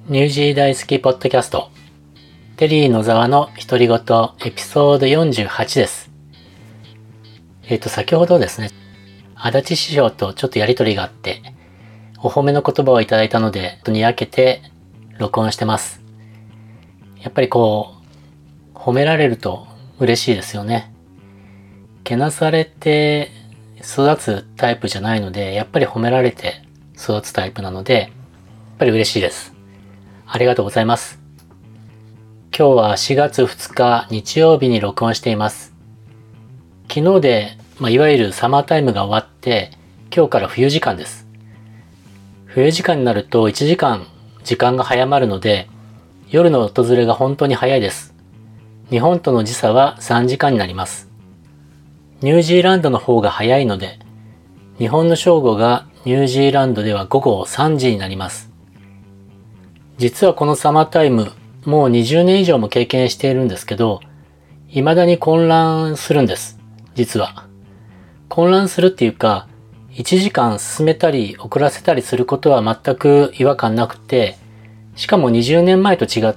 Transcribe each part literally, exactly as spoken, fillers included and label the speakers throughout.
Speaker 1: ニュージー大好きポッドキャスト、テリー野沢の独り言エピソードよんじゅうはちです。えっと、先ほどですね、足立師匠とちょっとやりとりがあって、お褒めの言葉をいただいたので、にやけて録音してます。やっぱりこう、褒められると嬉しいですよね。けなされて育つタイプじゃないので、やっぱり褒められて育つタイプなので、やっぱり嬉しいです。ありがとうございます。今日はしがつふつか日曜日に録音しています。昨日で、まあ、いわゆるサマータイムが終わって、今日から冬時間です。冬時間になるといちじかん時間が早まるので、夜の訪れが本当に早いです。日本との時差はさんじかんになります。ニュージーランドの方が早いので、日本の正午がニュージーランドでは午後さんじになります。実はこのサマータイム、もうにじゅうねん以上も経験しているんですけど、未だに混乱するんです。実は。混乱するっていうか、いちじかん進めたり遅らせたりすることは全く違和感なくて、しかもにじゅうねんまえと違って、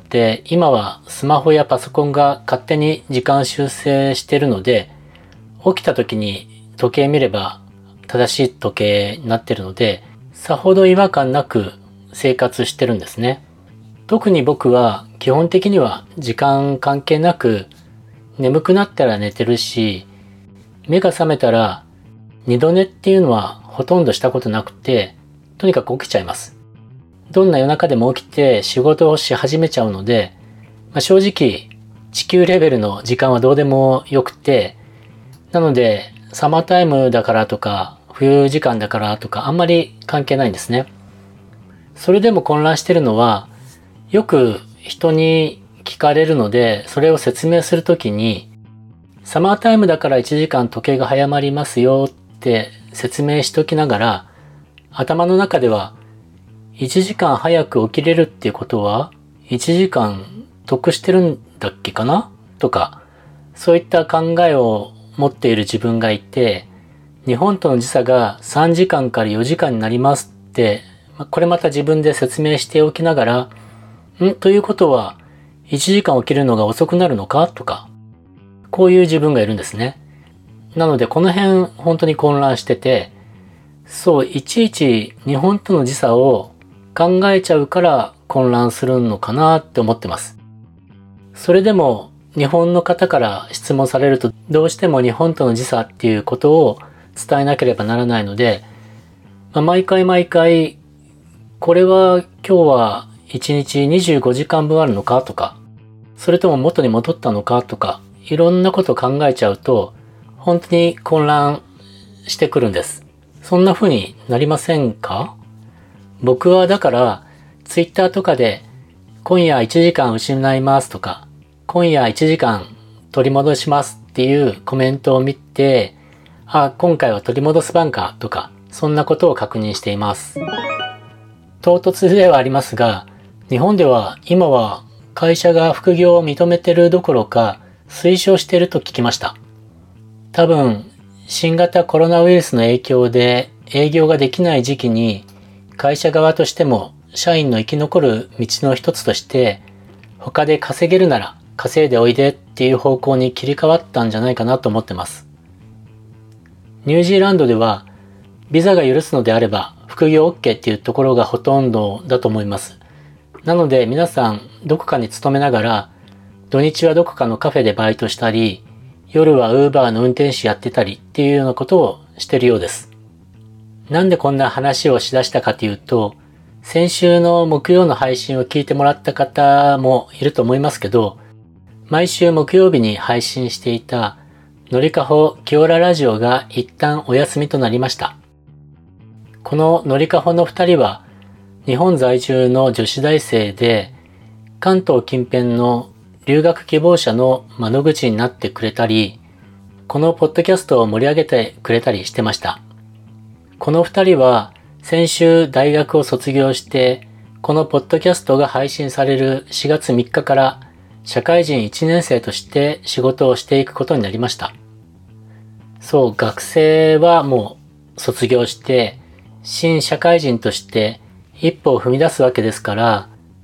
Speaker 1: 今はスマホやパソコンが勝手に時間修正しているので、起きた時に時計見れば正しい時計になっているので、さほど違和感なく生活してるんですね。特に僕は基本的には時間関係なく眠くなったら寝てるし、目が覚めたら二度寝っていうのはほとんどしたことなくて、とにかく起きちゃいます。どんな夜中でも起きて仕事をし始めちゃうので、まあ、正直地球レベルの時間はどうでもよくて、なのでサマータイムだからとか冬時間だからとかあんまり関係ないんですね。それでも混乱してるのは、よく人に聞かれるので、それを説明するときに、サマータイムだからいちじかん時計が早まりますよって説明しときながら、頭の中では、いちじかん早く起きれるっていうことは、いちじかん得してるんだっけかなとか、そういった考えを持っている自分がいて、日本との時差がさんじかんからよじかんになりますって、これまた自分で説明しておきながら、んということは、いちじかん起きるのが遅くなるのかとか、こういう自分がいるんですね。なので、この辺、本当に混乱してて、そう、いちいち日本との時差を考えちゃうから混乱するのかなって思ってます。それでも、日本の方から質問されると、どうしても日本との時差っていうことを伝えなければならないので、まあ、毎回毎回、これは今日はいちにちにじゅうごじかんぶんあるのかとか、それとも元に戻ったのかとか、いろんなことを考えちゃうと、本当に混乱してくるんです。そんな風になりませんか？僕はだから、ツイッターとかで、今夜いちじかん失いますとか、今夜いちじかん取り戻しますっていうコメントを見て、あ、今回は取り戻す番かとか、そんなことを確認しています。唐突ではありますが、日本では今は会社が副業を認めてるどころか推奨していると聞きました。多分、新型コロナウイルスの影響で営業ができない時期に会社側としても社員の生き残る道の一つとして他で稼げるなら稼いでおいでっていう方向に切り替わったんじゃないかなと思ってます。ニュージーランドではビザが許すのであれば副業 OK っていうところがほとんどだと思います。なので皆さんどこかに勤めながら土日はどこかのカフェでバイトしたり夜はウーバーの運転手やってたりっていうようなことをしてるようです。なんでこんな話をしだしたかというと先週の木曜の配信を聞いてもらった方もいると思いますけど毎週木曜日に配信していたのりかほきおらラジオが一旦お休みとなりました。こののりかほの二人は日本在住の女子大生で関東近辺の留学希望者の窓口になってくれたり、このポッドキャストを盛り上げてくれたりしてました。この二人は先週大学を卒業して、このポッドキャストが配信されるしがつみっかから社会人いちねん生として仕事をしていくことになりました。そう、学生はもう卒業して、新社会人として一歩を踏み出すわけですから、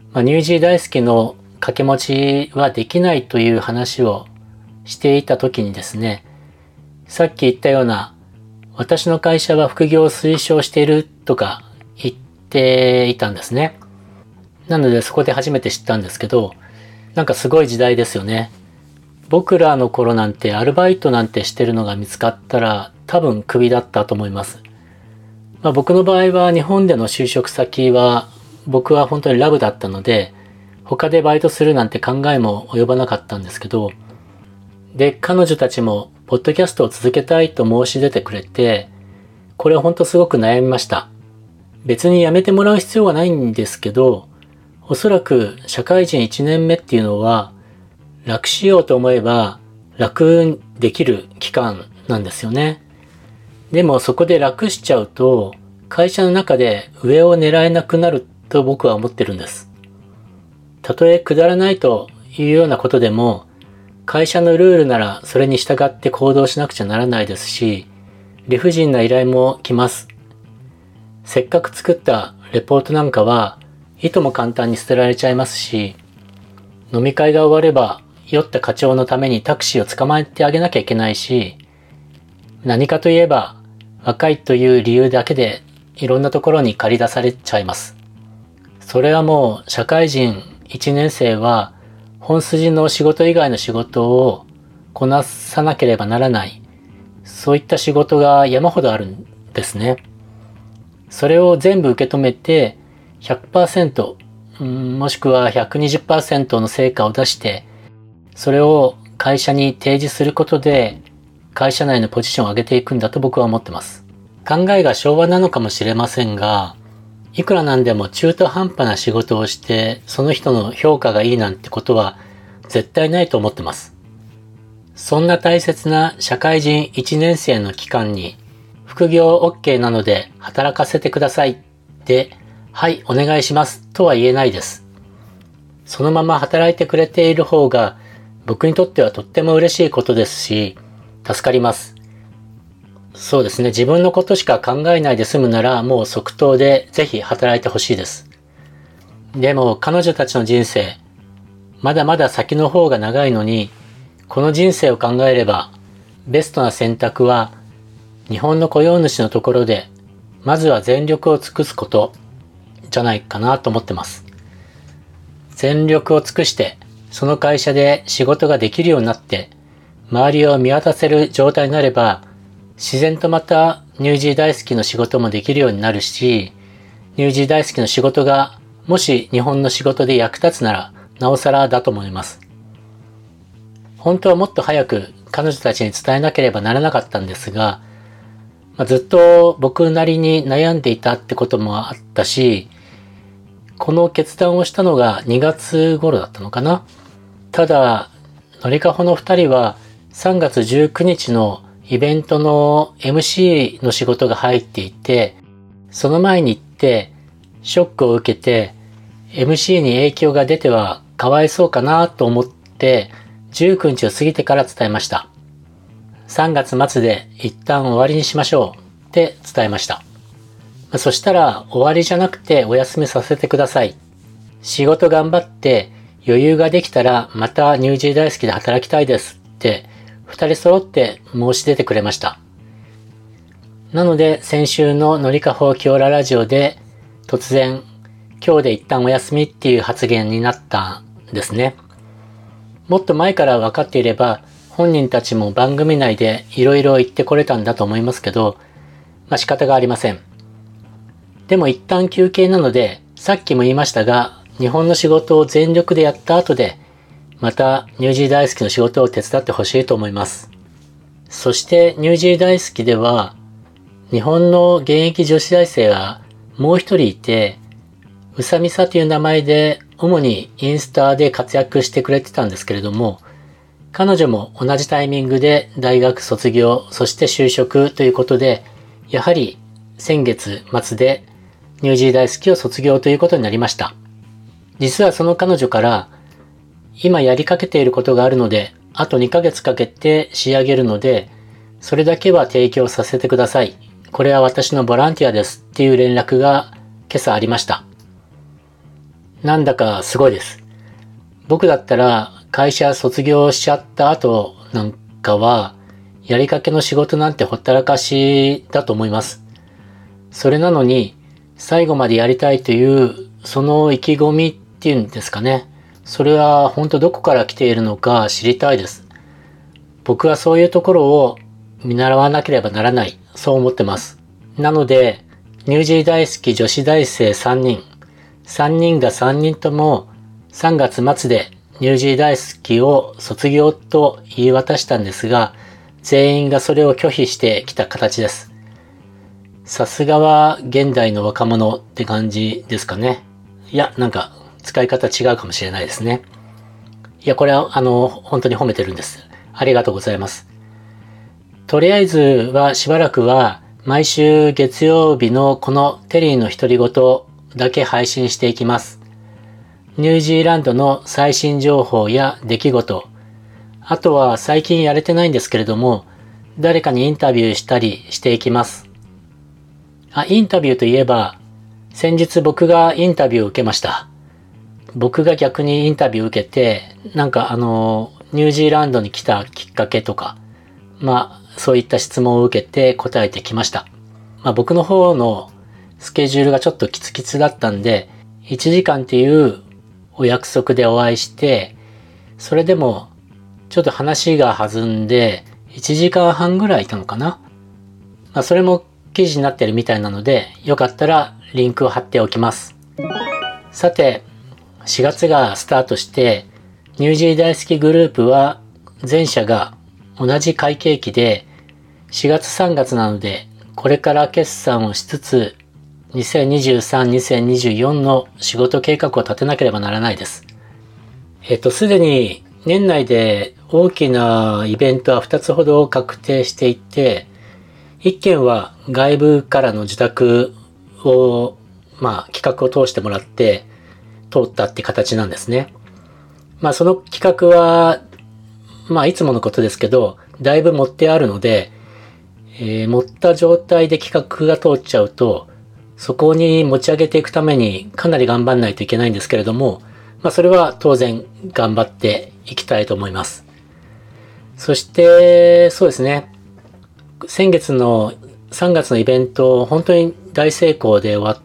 Speaker 1: まあ、ニュージー大好きの掛け持ちはできないという話をしていた時にですね、さっき言ったような私の会社は副業を推奨しているとか言っていたんですね。なのでそこで初めて知ったんですけど、なんかすごい時代ですよね。僕らの頃なんてアルバイトなんてしてるのが見つかったら多分クビだったと思います。まあ、僕の場合は日本での就職先は僕は本当にラブだったので、他でバイトするなんて考えも及ばなかったんですけど、で、彼女たちもポッドキャストを続けたいと申し出てくれて、これは本当すごく悩みました。別に辞めてもらう必要はないんですけど、おそらく社会人いちねんめっていうのは楽しようと思えば楽できる期間なんですよね。でもそこで楽しちゃうと会社の中で上を狙えなくなると僕は思ってるんです。たとえくだらないというようなことでも会社のルールならそれに従って行動しなくちゃならないですし、理不尽な依頼も来ます。せっかく作ったレポートなんかはいとも簡単に捨てられちゃいますし、飲み会が終われば酔った課長のためにタクシーを捕まえてあげなきゃいけないし、何かといえば若いという理由だけでいろんなところに借り出されちゃいます。それはもう社会人いちねん生は本筋の仕事以外の仕事をこなさなければならない、そういった仕事が山ほどあるんですね。それを全部受け止めて ひゃくパーセント、うん、もしくは ひゃくにじゅっパーセント の成果を出して、それを会社に提示することで会社内のポジションを上げていくんだと僕は思ってます。考えが昭和なのかもしれませんが、いくらなんでも中途半端な仕事をしてその人の評価がいいなんてことは絶対ないと思ってます。そんな大切な社会人いちねん生の期間に副業 OK なので働かせてくださいで、はいお願いしますとは言えないです。そのまま働いてくれている方が僕にとってはとっても嬉しいことですし、助かります。そうですね、自分のことしか考えないで済むならもう即答でぜひ働いてほしいです。でも彼女たちの人生、まだまだ先の方が長いのに、この人生を考えればベストな選択は日本の雇用主のところでまずは全力を尽くすことじゃないかなと思ってます。全力を尽くしてその会社で仕事ができるようになって周りを見渡せる状態になれば、自然とまたニュージー大好きの仕事もできるようになるし、ニュージー大好きの仕事がもし日本の仕事で役立つならなおさらだと思います。本当はもっと早く彼女たちに伝えなければならなかったんですが、まあ、ずっと僕なりに悩んでいたってこともあったし、この決断をしたのがにがつ頃だったのかな。ただ、のりかほのふたりはさんがつじゅうくにちのイベントの エムシー の仕事が入っていて、その前に行ってショックを受けて エムシー に影響が出てはかわいそうかなと思ってじゅうくにちを過ぎてから伝えました。さんがつ末で一旦終わりにしましょうって伝えました。そしたら終わりじゃなくてお休みさせてください。仕事頑張って余裕ができたらまたニュージー大好きで働きたいですって二人揃って申し出てくれました。なので先週ののりかほきおらラジオで突然今日で一旦お休みっていう発言になったんですね。もっと前から分かっていれば本人たちも番組内でいろいろ言ってこれたんだと思いますけど、まあ仕方がありません。でも一旦休憩なので、さっきも言いましたが、日本の仕事を全力でやった後で、またニュージー大好きの仕事を手伝ってほしいと思います。そしてニュージー大好きでは、日本の現役女子大生はもう一人いて、うさみさという名前で主にインスタで活躍してくれてたんですけれども、彼女も同じタイミングで大学卒業、そして就職ということで、やはり先月末でニュージー大好きを卒業ということになりました。実はその彼女から、今やりかけていることがあるので、あとにかげつかけて仕上げるので、それだけは提供させてください。これは私のボランティアですっていう連絡が今朝ありました。 なんだかすごいです。僕だったら会社卒業しちゃった後なんかは、やりかけの仕事なんてほったらかしだと思います。それなのに、最後までやりたいという、その意気込みっていうんですかね。それは本当どこから来ているのか知りたいです。僕はそういうところを見習わなければならない、そう思ってます。なので、乳児大好き女子大生さんにん、さんにんがさんにんともさんがつ末で乳児大好きを卒業と言い渡したんですが、全員がそれを拒否してきた形です。さすがは現代の若者って感じですかね。いや、なんか使い方違うかもしれないですね。いや、これはあの、本当に褒めてるんです。ありがとうございます。とりあえずはしばらくは毎週月曜日のこのテリーの独り言だけ配信していきます。ニュージーランドの最新情報や出来事、あとは最近やれてないんですけれども、誰かにインタビューしたりしていきます。あ、インタビューといえば、先日僕がインタビューを受けました。僕が逆にインタビューを受けて、なんかあの、ニュージーランドに来たきっかけとか、まあ、そういった質問を受けて答えてきました。まあ僕の方のスケジュールがちょっとキツキツだったんで、いちじかんっていうお約束でお会いして、それでもちょっと話が弾んで、いちじかんはんぐらいいたのかな。まあそれも記事になってるみたいなので、よかったらリンクを貼っておきます。さて、しがつがスタートして、ニュージー大好きグループは全社が同じ会計期で、しがつさんがつなので、これから決算をしつつ、にせんにじゅうさん、にせんにじゅうよんの仕事計画を立てなければならないです。えっと、すでに年内で大きなイベントはふたつほど確定していて、いっけんは外部からの受託を、まあ企画を通してもらって通ったって形なんですね。まあその企画は、まあいつものことですけど、だいぶ持ってあるので、えー、持った状態で企画が通っちゃうと、そこに持ち上げていくためにかなり頑張んないといけないんですけれども、まあそれは当然頑張っていきたいと思います。そして、そうですね。先月のさんがつのイベント、本当に大成功で終わって、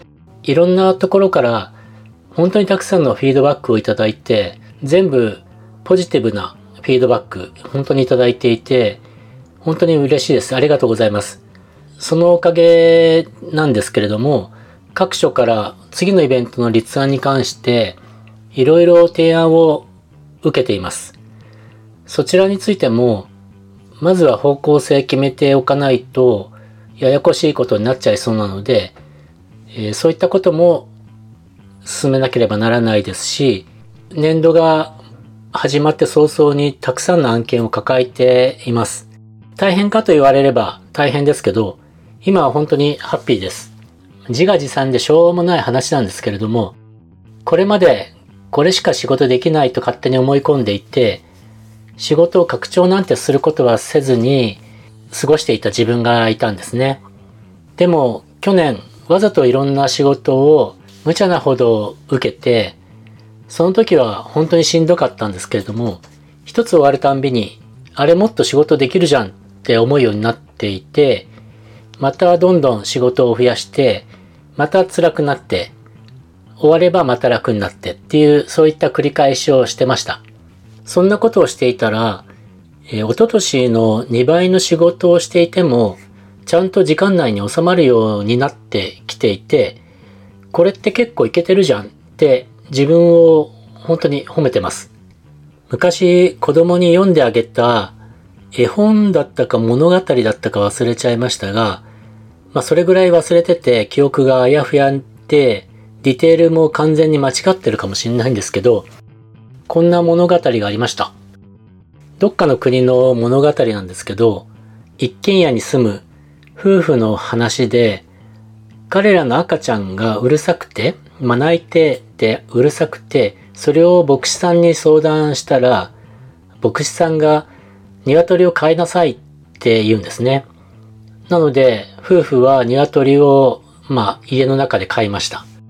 Speaker 1: いろんなところから本当にたくさんのフィードバックをいただいて、全部ポジティブなフィードバック、本当にいただいていて、本当に嬉しいです。ありがとうございます。そのおかげなんですけれども、各所から次のイベントの立案に関して、いろいろ提案を受けています。そちらについても、まずは方向性決めておかないと、ややこしいことになっちゃいそうなので、えー、そういったことも進めなければならないですし、年度が始まって早々にたくさんの案件を抱えています。大変かと言われれば大変ですけど、今は本当にハッピーです。自画自賛でしょうもない話なんですけれども、これまでこれしか仕事できないと勝手に思い込んでいて、仕事を拡張なんてすることはせずに過ごしていた自分がいたんですね。でも去年わざといろんな仕事を無茶なほど受けて、その時は本当にしんどかったんですけれども、一つ終わるたんびに、あれもっと仕事できるじゃんって思うようになっていて、またどんどん仕事を増やして、また辛くなって、終わればまた楽になってっていう、そういった繰り返しをしてました。そんなことをしていたら、えー、一昨年のにばいの仕事をしていても、ちゃんと時間内に収まるようになってきていて、これって結構いけてるじゃんって自分を本当に褒めてます。昔子供に読んであげた絵本だったか物語だったか忘れちゃいましたが、まあそれぐらい忘れてて記憶があやふやで、ディテールも完全に間違ってるかもしれないんですけど、こんな物語がありました。どっかの国の物語なんですけど、一軒家に住む夫婦の話で、彼らの赤ちゃんがうるさくて、まあ、泣いててうるさくて、それを牧師さんに相談したら、牧師さんが鶏を飼いなさいって言うんですね。なので、夫婦は鶏を、まあ、家の中で飼いました。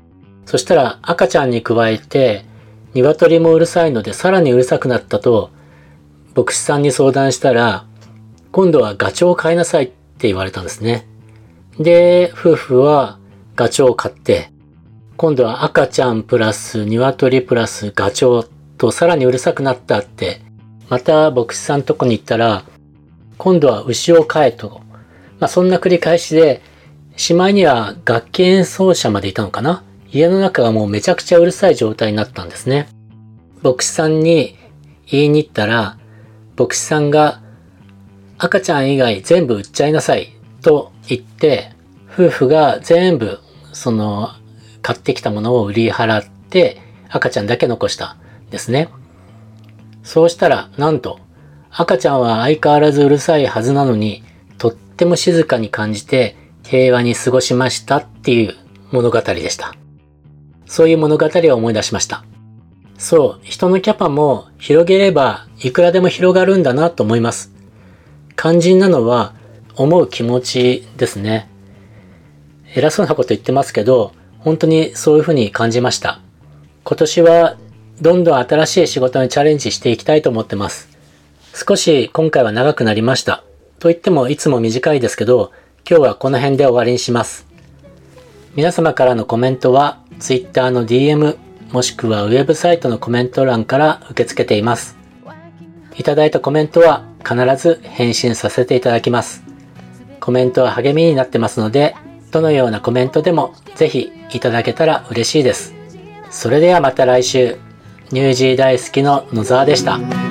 Speaker 1: そしたら赤ちゃんに加えて鶏もうるさいのでさらにうるさくなったと牧師さんに相談したら、今度はガチョウを飼いなさいって言われたんですね。で、夫婦はガチョウを飼って、今度は赤ちゃんプラス鶏プラスガチョウとさらにうるさくなったって、また牧師さんのとこに行ったら、今度は牛を飼えと。まあそんな繰り返しで、しまいには楽器演奏者までいたのかな。家の中がもうめちゃくちゃうるさい状態になったんですね。牧師さんに言いに行ったら、牧師さんが赤ちゃん以外全部売っちゃいなさいと言って、夫婦が全部その買ってきたものを売り払って赤ちゃんだけ残したんですね。そうしたらなんと赤ちゃんは相変わらずうるさいはずなのにとっても静かに感じて平和に過ごしましたっていう物語でした。そういう物語を思い出しました。そう、人のキャパも広げればいくらでも広がるんだなと思います。肝心なのは思う気持ちですね。偉そうなこと言ってますけど、本当にそういうふうに感じました。今年はどんどん新しい仕事にチャレンジしていきたいと思ってます。少し今回は長くなりました。と言ってもいつも短いですけど、今日はこの辺で終わりにします。皆様からのコメントは Twitter の ディーエム もしくはウェブサイトのコメント欄から受け付けています。いただいたコメントは必ず返信させていただきます。コメントは励みになってますので、どのようなコメントでもぜひいただけたら嬉しいです。それではまた来週。ニュージー大好きの野沢でした。